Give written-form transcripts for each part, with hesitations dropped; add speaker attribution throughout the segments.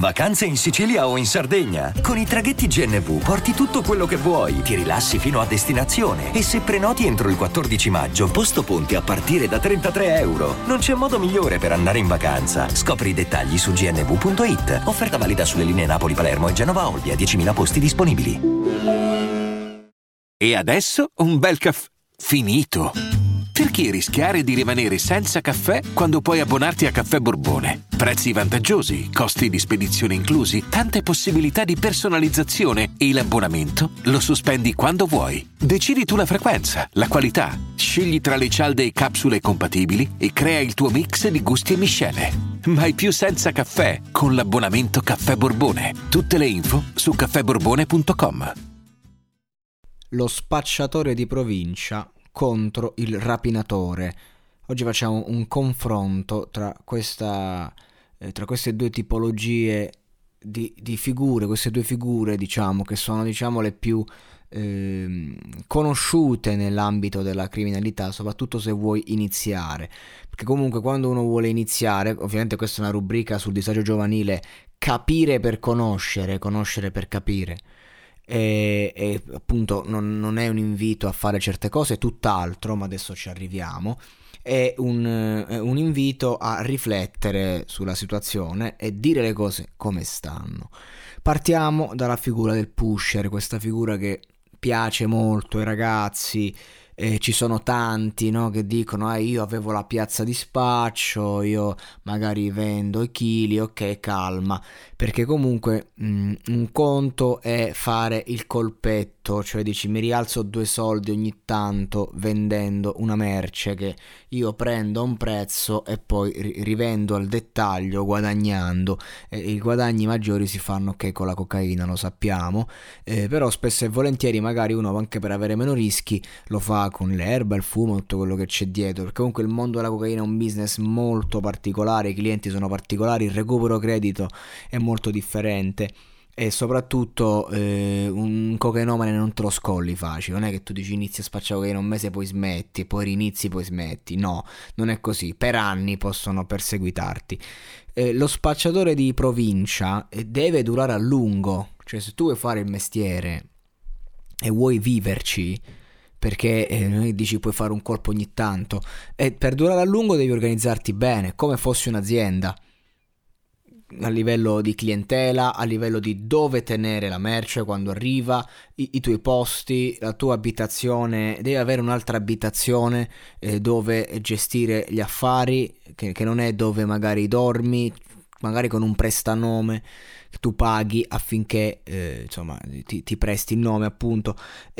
Speaker 1: Vacanze in Sicilia o in Sardegna? Con i traghetti GNV porti tutto quello che vuoi, ti rilassi fino a destinazione e se prenoti entro il 14 maggio, posto ponti a partire da €33. Non c'è modo migliore per andare in vacanza. Scopri i dettagli su gnv.it. Offerta valida sulle linee Napoli-Palermo e Genova-Olbia, 10.000 posti disponibili.
Speaker 2: E adesso un bel caffè finito. Perché rischiare di rimanere senza caffè quando puoi abbonarti a Caffè Borbone? Prezzi vantaggiosi, costi di spedizione inclusi, tante possibilità di personalizzazione e l'abbonamento lo sospendi quando vuoi. Decidi tu la frequenza, la qualità, scegli tra le cialde e capsule compatibili e crea il tuo mix di gusti e miscele. Mai più senza caffè con l'abbonamento Caffè Borbone. Tutte le info su caffèborbone.com.
Speaker 3: Lo spacciatore di provincia contro il rapinatore. Oggi facciamo un confronto tra queste due tipologie di figure, queste due figure che sono le più conosciute nell'ambito della criminalità, soprattutto se vuoi iniziare, perché comunque quando uno vuole iniziare, ovviamente questa è una rubrica sul disagio giovanile, capire per conoscere, conoscere per capire. E appunto non è un invito a fare certe cose, tutt'altro, ma adesso ci arriviamo. È un invito a riflettere sulla situazione e dire le cose come stanno. Partiamo dalla figura del pusher, questa figura che piace molto ai ragazzi. Ci sono tanti, no, che dicono io avevo la piazza di spaccio, io magari vendo i chili. Ok, calma, perché comunque un conto è fare il colpetto, cioè dici mi rialzo 2 soldi ogni tanto vendendo una merce che io prendo a un prezzo e poi rivendo al dettaglio guadagnando. I guadagni maggiori si fanno con la cocaina, lo sappiamo, però spesso e volentieri magari uno anche per avere meno rischi lo fa con l'erba, il fumo, tutto quello che c'è dietro, perché comunque il mondo della cocaina è un business molto particolare, i clienti sono particolari, il recupero credito è molto differente e soprattutto un cocainomane non te lo scolli facile, non è che tu dici inizi a spacciare cocaina un mese poi smetti, poi rinizi poi smetti, no, non è così, per anni possono perseguitarti. Lo spacciatore di provincia deve durare a lungo, cioè se tu vuoi fare il mestiere e vuoi viverci, perché dici puoi fare un colpo ogni tanto, e per durare a lungo devi organizzarti bene, come fossi un'azienda, a livello di clientela, a livello di dove tenere la merce quando arriva, i tuoi posti, la tua abitazione, devi avere un'altra abitazione dove gestire gli affari, che non è dove magari dormi, magari con un prestanome che tu paghi affinché ti presti il nome, appunto.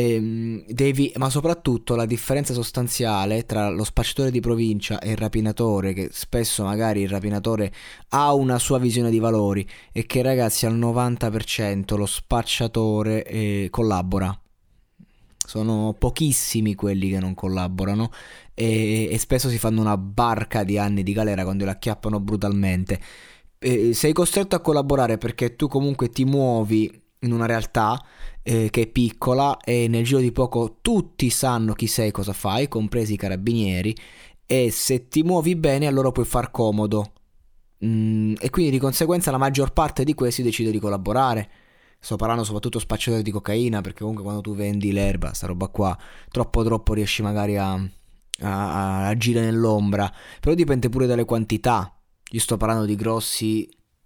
Speaker 3: Ma soprattutto la differenza sostanziale tra lo spacciatore di provincia e il rapinatore, che spesso magari il rapinatore ha una sua visione di valori, è che ragazzi al 90% lo spacciatore collabora. Sono pochissimi quelli che non collaborano e spesso si fanno una barca di anni di galera quando li acchiappano brutalmente. Sei costretto a collaborare perché tu comunque ti muovi in una realtà che è piccola e nel giro di poco tutti sanno chi sei, cosa fai, compresi i carabinieri, e se ti muovi bene allora puoi far comodo, e quindi di conseguenza la maggior parte di questi decide di collaborare. Sto parlando soprattutto spacciatori di cocaina, perché comunque quando tu vendi l'erba, sta roba qua, troppo riesci magari a agire nell'ombra, però dipende pure dalle quantità. Io sto parlando di grossi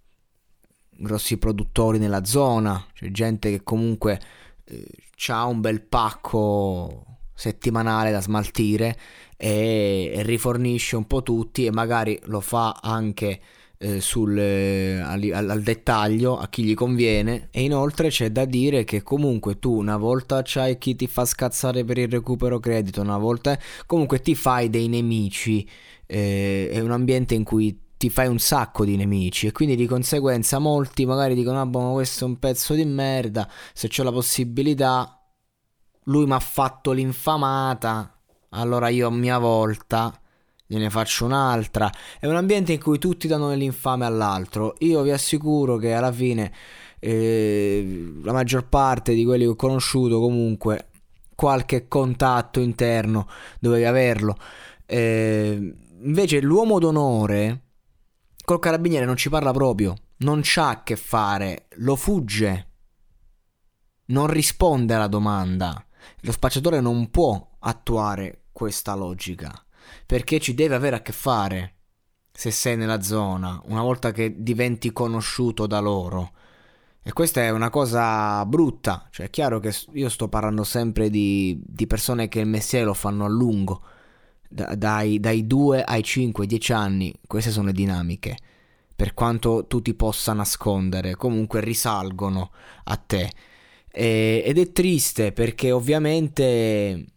Speaker 3: produttori nella zona, cioè gente che comunque c'ha un bel pacco settimanale da smaltire e rifornisce un po' tutti, e magari lo fa anche al dettaglio a chi gli conviene. E inoltre c'è da dire che comunque tu una volta c'hai chi ti fa scazzare per il recupero credito, una volta comunque ti fai dei nemici, è un ambiente in cui ti fai un sacco di nemici, e quindi di conseguenza molti magari dicono ma questo è un pezzo di merda, se c'ho la possibilità, lui mi ha fatto l'infamata, allora io a mia volta gliene faccio un'altra. È un ambiente in cui tutti danno l'infame all'altro. Io vi assicuro che alla fine la maggior parte di quelli che ho conosciuto comunque qualche contatto interno dovevi averlo. Invece l'uomo d'onore col carabiniere non ci parla proprio, non c'ha a che fare, lo fugge, non risponde alla domanda. Lo spacciatore non può attuare questa logica, perché ci deve avere a che fare se sei nella zona, una volta che diventi conosciuto da loro. E questa è una cosa brutta, cioè è chiaro che io sto parlando sempre di persone che il mestiere lo fanno a lungo, dai 2 ai 5, 10 anni, queste sono le dinamiche, per quanto tu ti possa nascondere, comunque risalgono a te. Ed è triste perché ovviamente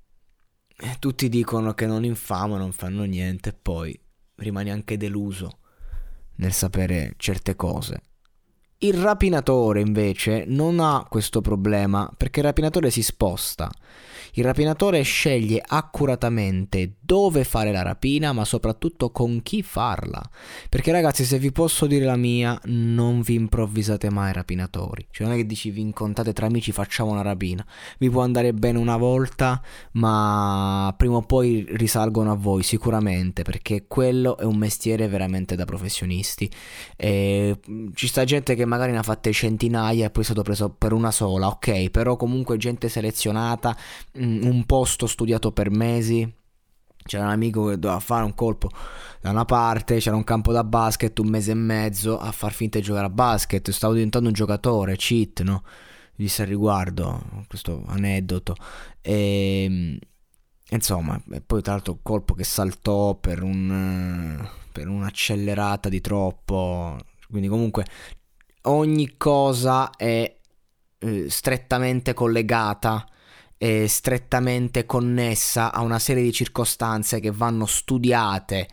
Speaker 3: tutti dicono che non infamano, non fanno niente, e poi rimani anche deluso nel sapere certe cose. Il rapinatore invece non ha questo problema, perché il rapinatore si sposta. Il rapinatore sceglie accuratamente dove fare la rapina, ma soprattutto con chi farla. Perché ragazzi, se vi posso dire la mia, non vi improvvisate mai rapinatori. Cioè non è che dici vi incontrate tra amici, facciamo una rapina. Vi può andare bene una volta, ma prima o poi risalgono a voi sicuramente, perché quello è un mestiere veramente da professionisti. E ci sta gente che magari ne ha fatte centinaia e poi è stato preso per una sola, ok, però comunque gente selezionata, un posto studiato per mesi. C'era un amico che doveva fare un colpo da una parte, c'era un campo da basket, un mese e mezzo a far finta di giocare a basket, stavo diventando un giocatore, cheat, no? Disse al riguardo questo aneddoto. E insomma, e poi tra l'altro colpo che saltò per un'accelerata di troppo. Quindi comunque ogni cosa è strettamente collegata, è strettamente connessa a una serie di circostanze che vanno studiate.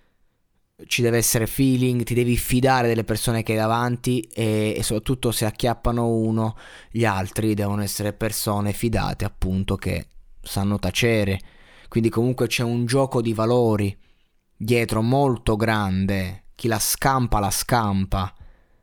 Speaker 3: Ci deve essere feeling, ti devi fidare delle persone che hai davanti e soprattutto se acchiappano uno, gli altri devono essere persone fidate, appunto, che sanno tacere. Quindi comunque c'è un gioco di valori dietro molto grande. Chi la scampa.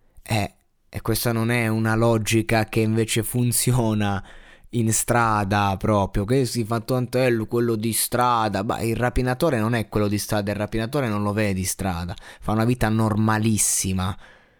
Speaker 3: E questa non è una logica che invece funziona in strada proprio, che si fa tanto quello di strada. Beh, il rapinatore non è quello di strada, il rapinatore non lo vedi in strada, fa una vita normalissima.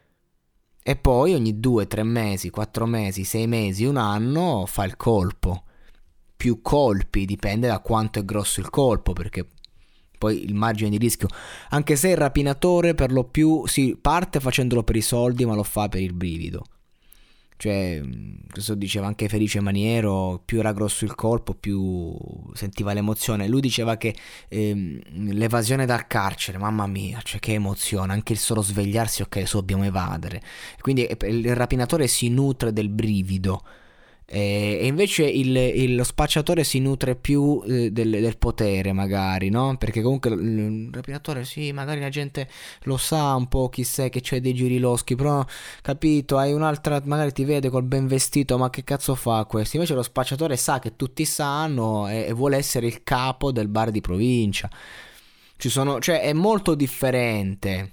Speaker 3: E poi ogni 2, 3 mesi, 4 mesi, 6 mesi, un anno fa il colpo. Più colpi, dipende da quanto è grosso il colpo, perché poi il margine di rischio, anche se il rapinatore per lo più si parte facendolo per i soldi, ma lo fa per il brivido. Cioè, questo diceva anche Felice Maniero, più era grosso il colpo più sentiva l'emozione. Lui diceva che l'evasione dal carcere, mamma mia, cioè che emozione, anche il solo svegliarsi, ok, adesso dobbiamo evadere. Quindi il rapinatore si nutre del brivido. E invece lo spacciatore si nutre più del potere, magari, no? Perché comunque il rapinatore, sì, magari la gente lo sa un po' chi sei, che c'è dei giri loschi, però, capito, hai un'altra, magari ti vede col ben vestito, ma che cazzo fa questo? Invece lo spacciatore sa che tutti sanno e vuole essere il capo del bar di provincia. Cioè, è molto differente.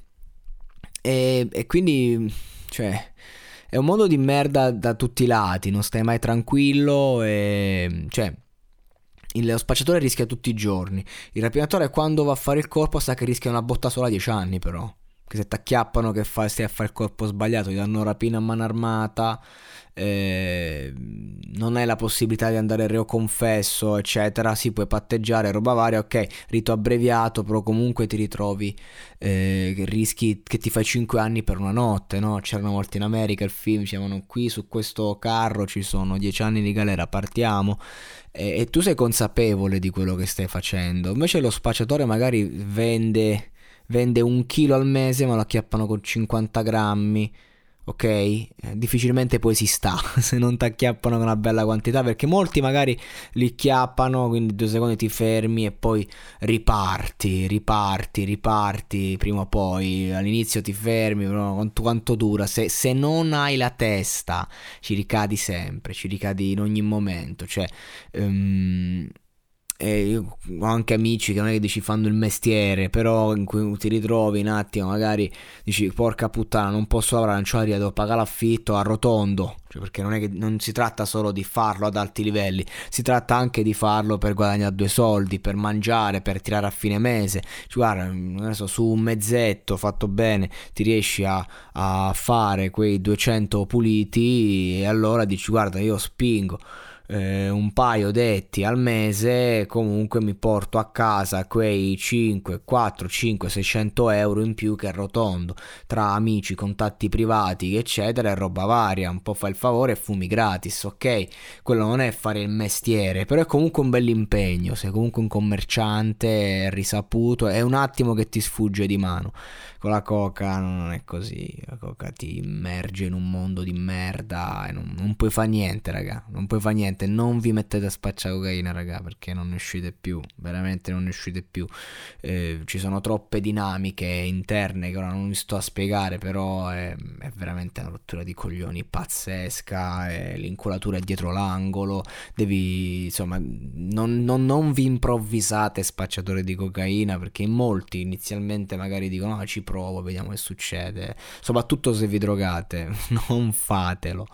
Speaker 3: E quindi, cioè, è un mondo di merda da tutti i lati, non stai mai tranquillo e cioè lo spacciatore rischia tutti i giorni. Il rapinatore quando va a fare il colpo sa che rischia una botta sola a 10 anni, però. Che se t'acchiappano che stai a fare il colpo sbagliato, ti danno rapina a mano armata, non hai la possibilità di andare reo confesso, eccetera. Si puoi patteggiare, roba varia, ok, rito abbreviato, però comunque ti ritrovi che rischi che ti fai 5 anni per una notte, no? C'erano volte in America il film, dicevano qui su questo carro ci sono 10 anni di galera, partiamo. E tu sei consapevole di quello che stai facendo. Invece lo spacciatore magari vende 1 chilo al mese, ma lo acchiappano con 50 grammi, ok? Difficilmente poi si sta se non ti acchiappano con una bella quantità, perché molti magari li acchiappano, quindi 2 secondi ti fermi e poi riparti, prima o poi. All'inizio ti fermi, però quanto dura? Se non hai la testa ci ricadi sempre, ci ricadi in ogni momento, cioè io ho anche amici che non è che dici fanno il mestiere, però in cui ti ritrovi un attimo, magari dici porca puttana, non posso lavorare, non c'ho la via, devo pagare l'affitto, arrotondo, cioè, perché non è che non si tratta solo di farlo ad alti livelli, si tratta anche di farlo per guadagnare due soldi, per mangiare, per tirare a fine mese. Cioè, guarda, non so, su un mezzetto fatto bene ti riesci a fare quei 200 puliti, e allora dici guarda, io spingo un paio detti al mese, comunque mi porto a casa quei 5, 4, 5, 600 euro in più che arrotondo tra amici, contatti privati eccetera, e roba varia, un po' fai il favore e fumi gratis. Ok, quello non è fare il mestiere, però è comunque un bell'impegno, sei comunque un commerciante risaputo, è un attimo che ti sfugge di mano. Con la coca non è così, la coca ti immerge in un mondo di merda e non puoi fare niente, raga, non puoi fare niente, non vi mettete a spacciare cocaina, raga, perché non ne uscite più, veramente non ne uscite più. Ci sono troppe dinamiche interne che ora non vi sto a spiegare, però è veramente una rottura di coglioni pazzesca, l'inculatura è dietro l'angolo, devi, insomma, non vi improvvisate spacciatore di cocaina, perché in molti inizialmente magari dicono no, ci provo, vediamo che succede, soprattutto se vi drogate. Non fatelo,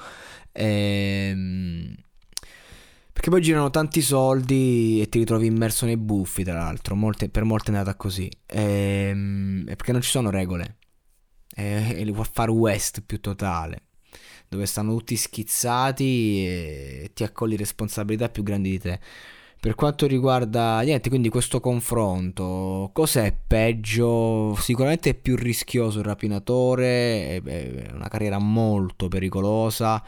Speaker 3: perché poi girano tanti soldi e ti ritrovi immerso nei buffi, tra l'altro per molte è andata così, è perché non ci sono regole, è il Far West più totale, dove stanno tutti schizzati e ti accogli responsabilità più grandi di te. Per quanto riguarda niente, quindi questo confronto, cos'è peggio? Sicuramente è più rischioso il rapinatore, è una carriera molto pericolosa,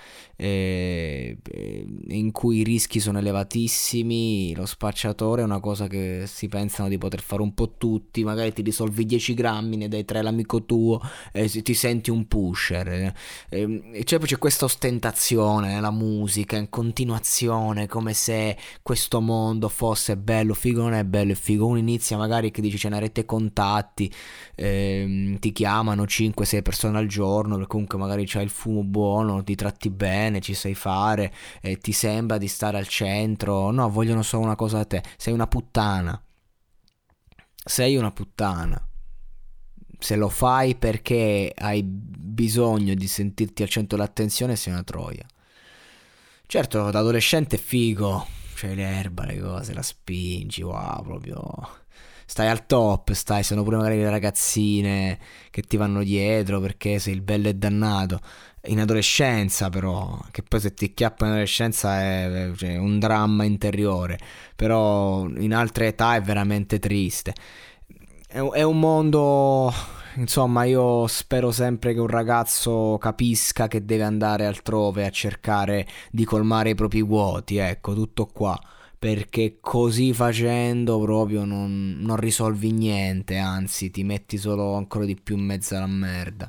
Speaker 3: in cui i rischi sono elevatissimi. Lo spacciatore è una cosa che si pensano di poter fare un po' tutti, magari ti risolvi 10 grammi, ne dai 3 all'amico tuo, ti senti un pusher, e cioè poi c'è questa ostentazione nella musica in continuazione, come se questo mondo fosse bello. Figo non è bello, è figo. Uno inizia magari che dice c'è una rete contatti, ti chiamano 5-6 persone al giorno, perché comunque magari c'hai il fumo buono, ti tratti bene, ci sai fare, ti sembra di stare al centro. No, vogliono solo una cosa da te, sei una puttana, sei una puttana. Se lo fai perché hai bisogno di sentirti al centro dell'attenzione, sei una troia. Certo, da adolescente è figo, c'hai l'erba, le cose, la spingi, wow, proprio stai al top, sono pure magari le ragazzine che ti vanno dietro perché sei il bello e dannato. In adolescenza però, che poi se ti chiappa in adolescenza è cioè, un dramma interiore, però in altre età è veramente triste. È un mondo, insomma, io spero sempre che un ragazzo capisca che deve andare altrove a cercare di colmare i propri vuoti, ecco, tutto qua, perché così facendo proprio non risolvi niente, anzi ti metti solo ancora di più in mezzo alla merda.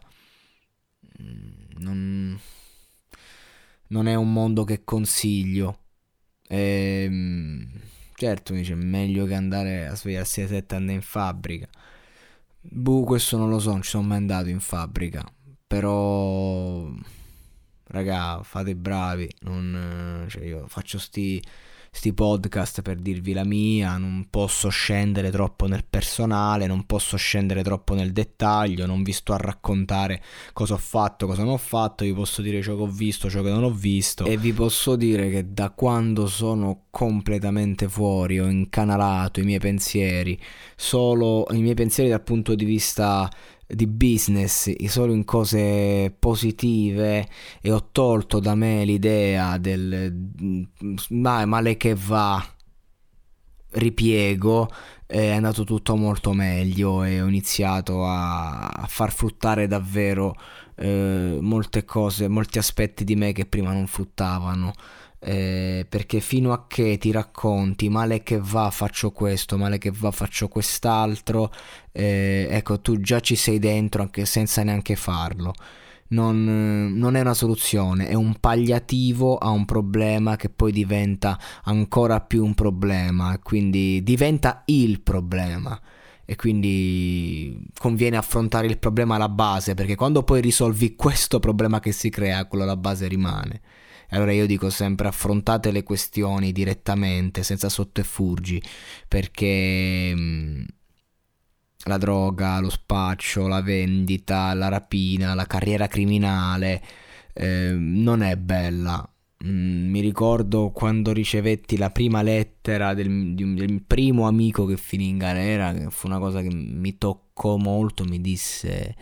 Speaker 3: Non è un mondo che consiglio. Certo, dice meglio che andare a svegliarsi alle 7 anni in fabbrica. Questo non lo so, non ci sono mai andato in fabbrica. Però, raga, fate bravi. Cioè io faccio sti podcast per dirvi la mia, non posso scendere troppo nel personale, non posso scendere troppo nel dettaglio, non vi sto a raccontare cosa ho fatto, cosa non ho fatto, vi posso dire ciò che ho visto, ciò che non ho visto, e vi posso dire che da quando sono completamente fuori ho incanalato i miei pensieri, solo i miei pensieri dal punto di vista di business, solo in cose positive, e ho tolto da me l'idea del male che va, ripiego, è andato tutto molto meglio e ho iniziato a far fruttare davvero molte cose, molti aspetti di me che prima non fruttavano. Perché fino a che ti racconti male che va faccio questo, male che va faccio quest'altro, ecco, tu già ci sei dentro anche senza neanche farlo. Non è una soluzione, è un palliativo a un problema che poi diventa ancora più un problema, quindi diventa il problema. E quindi conviene affrontare il problema alla base, perché quando poi risolvi questo problema che si crea, quello alla base rimane. Allora io dico sempre: affrontate le questioni direttamente, senza sotterfugi, perché la droga, lo spaccio, la vendita, la rapina, la carriera criminale non è bella. Mi ricordo quando ricevetti la prima lettera del primo amico che finì in galera, che fu una cosa che mi toccò molto. Mi disse,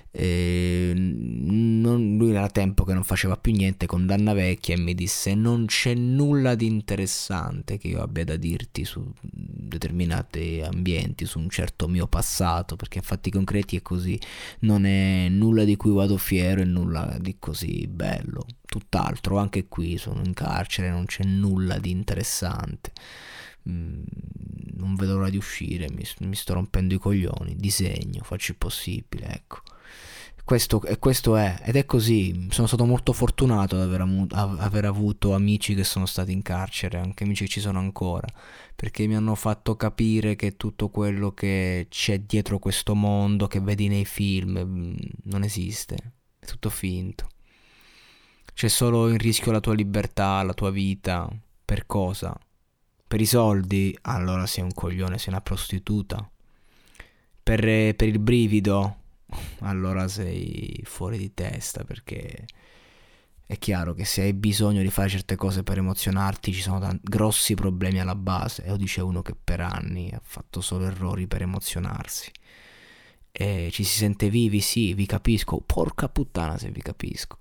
Speaker 3: lui era tempo che non faceva più niente, condanna vecchia, e mi disse: non c'è nulla di interessante che io abbia da dirti su determinati ambienti, su un certo mio passato, perché a fatti concreti è così, non è nulla di cui vado fiero e nulla di così bello, tutt'altro. Anche qui sono in carcere, non c'è nulla di interessante. Non vedo l'ora di uscire, mi sto rompendo i coglioni, disegno, faccio il possibile, ecco. Questo è, ed è così. Sono stato molto fortunato ad aver avuto amici che sono stati in carcere, anche amici che ci sono ancora, perché mi hanno fatto capire che tutto quello che c'è dietro questo mondo che vedi nei film non esiste, è tutto finto. C'è solo in rischio la tua libertà, la tua vita. Per cosa? Per i soldi? Allora sei un coglione, sei una prostituta. Per il brivido? Allora sei fuori di testa, perché è chiaro che se hai bisogno di fare certe cose per emozionarti ci sono grossi problemi alla base. E lo dice uno che per anni ha fatto solo errori per emozionarsi. E ci si sente vivi, sì, vi capisco. Porca puttana se vi capisco.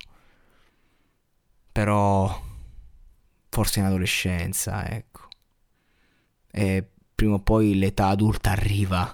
Speaker 3: Però forse in adolescenza, ecco. E prima o poi l'età adulta arriva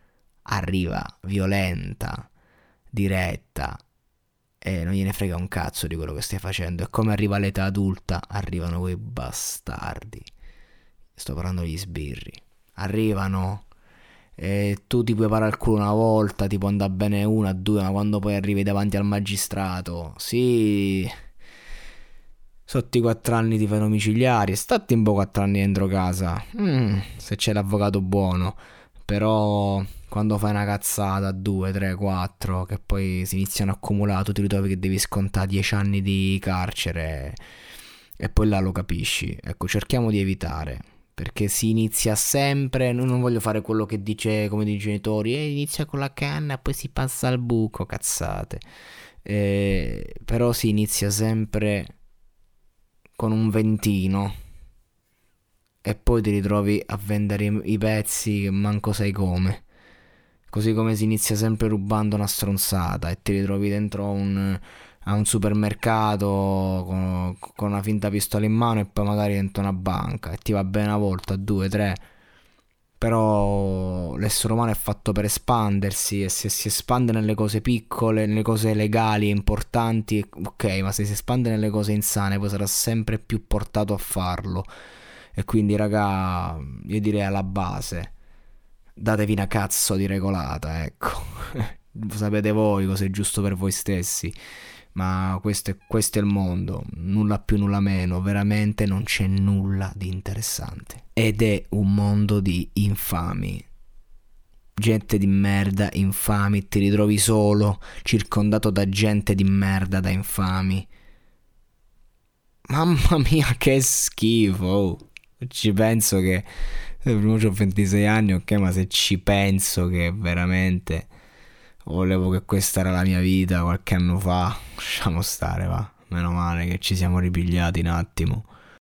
Speaker 3: violenta, diretta, e non gliene frega un cazzo di quello che stai facendo. E come arriva l'età adulta, arrivano quei bastardi. Sto parlando degli sbirri. Arrivano e tu ti puoi parare il culo una volta, ti può andare bene una, due, ma quando poi arrivi davanti al magistrato, sì, sotto i 4 anni ti fai domiciliari, statti un po' 4 anni dentro casa, se c'è l'avvocato buono. Però quando fai una cazzata, 2, 3, 4, che poi si iniziano a accumulare, tu ti ritrovi che devi scontare 10 anni di carcere, e poi là lo capisci. Ecco, cerchiamo di evitare, perché si inizia sempre, non voglio fare quello che dice come i genitori, inizia con la canna e poi si passa al buco, cazzate. Però si inizia sempre con un ventino e poi ti ritrovi a vendere i pezzi che manco sai come. Così come si inizia sempre rubando una stronzata e ti ritrovi dentro a un supermercato con una finta pistola in mano, e poi magari dentro una banca, e ti va bene una volta, 2, 3. Però l'essere umano è fatto per espandersi, e se si espande nelle cose piccole, nelle cose legali e importanti, ok, ma se si espande nelle cose insane poi sarà sempre più portato a farlo. E quindi raga, io direi alla base, datevi una cazzo di regolata, ecco. Sapete voi cosa è giusto per voi stessi. Ma questo è il mondo, nulla più nulla meno, veramente non c'è nulla di interessante. Ed è un mondo di infami, gente di merda, infami, ti ritrovi solo, circondato da gente di merda, da infami. Mamma mia che schifo, ci penso che, prima ho 26 anni, ok, ma se ci penso che veramente volevo che questa era la mia vita qualche anno fa, lasciamo stare, va, meno male che ci siamo ripigliati un attimo.